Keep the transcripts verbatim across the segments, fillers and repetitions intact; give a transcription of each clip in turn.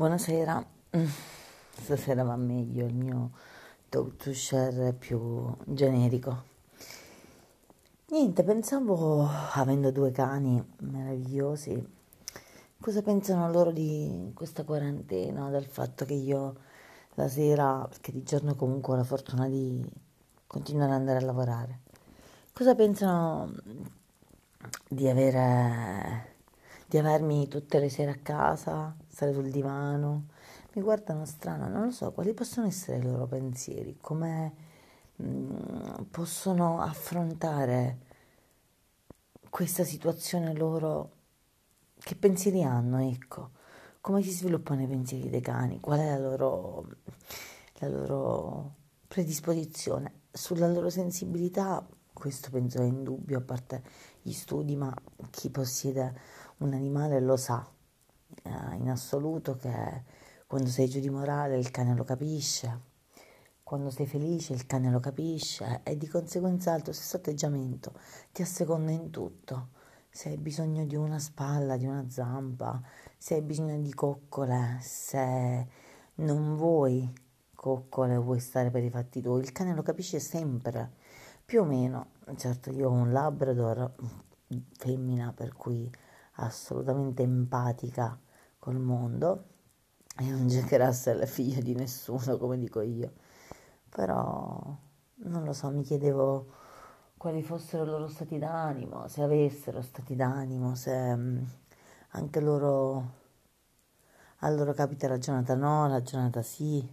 Buonasera, stasera va meglio, il mio talk to share è più generico. Niente, pensavo, avendo due cani meravigliosi, cosa pensano loro di questa quarantena, del fatto che io la sera, perché di giorno comunque ho la fortuna di continuare ad andare a lavorare, cosa pensano di avere, di avermi tutte le sere a casa, stare sul divano? Mi guardano strano, non lo so, quali possono essere i loro pensieri, come mm, possono affrontare questa situazione loro, che pensieri hanno, ecco, come si sviluppano i pensieri dei cani, qual è la loro, la loro predisposizione, sulla loro sensibilità, questo penso è indubbio, a parte gli studi, ma chi possiede un animale lo sa, eh, in assoluto, che quando sei giù di morale il cane lo capisce, quando sei felice il cane lo capisce e di conseguenza il tuo stesso atteggiamento ti asseconda in tutto. Se hai bisogno di una spalla, di una zampa, se hai bisogno di coccole, se non vuoi coccole, vuoi stare per i fatti tuoi, il cane lo capisce sempre, più o meno. Certo, io ho un Labrador femmina, per cui assolutamente empatica col mondo, e un Jack Russell è figlio di nessuno, come dico io. Però non lo so, mi chiedevo quali fossero i loro stati d'animo, se avessero stati d'animo, se mm, anche loro, a loro capita la giornata no, la giornata sì,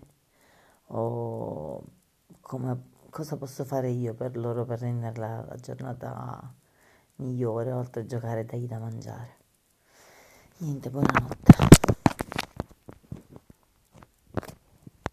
o come, cosa posso fare io per loro per renderla la giornata migliore, oltre a giocare e dargli da mangiare. Niente, buonanotte.